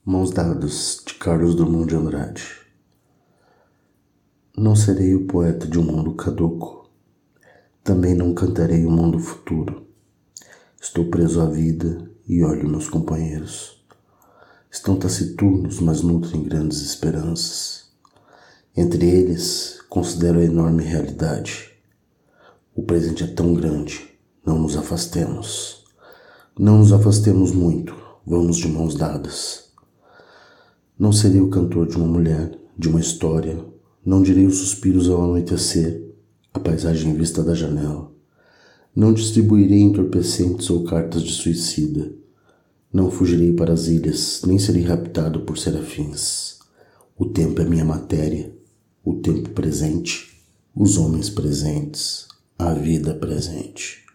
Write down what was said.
Mãos Dadas, de Carlos Drummond de Andrade. Não serei o poeta de um mundo caduco, também não cantarei o mundo futuro. Estou preso à vida e olho meus companheiros. Estão taciturnos, mas nutrem grandes esperanças. Entre eles, considero a enorme realidade. O presente é tão grande, não nos afastemos. Não nos afastemos muito, vamos de mãos dadas. Não serei o cantor de uma mulher, de uma história. Não direi os suspiros ao anoitecer, a paisagem vista da janela. Não distribuirei entorpecentes ou cartas de suicida. Não fugirei para as ilhas, nem serei raptado por serafins. O tempo é minha matéria, o tempo presente, os homens presentes, a vida presente.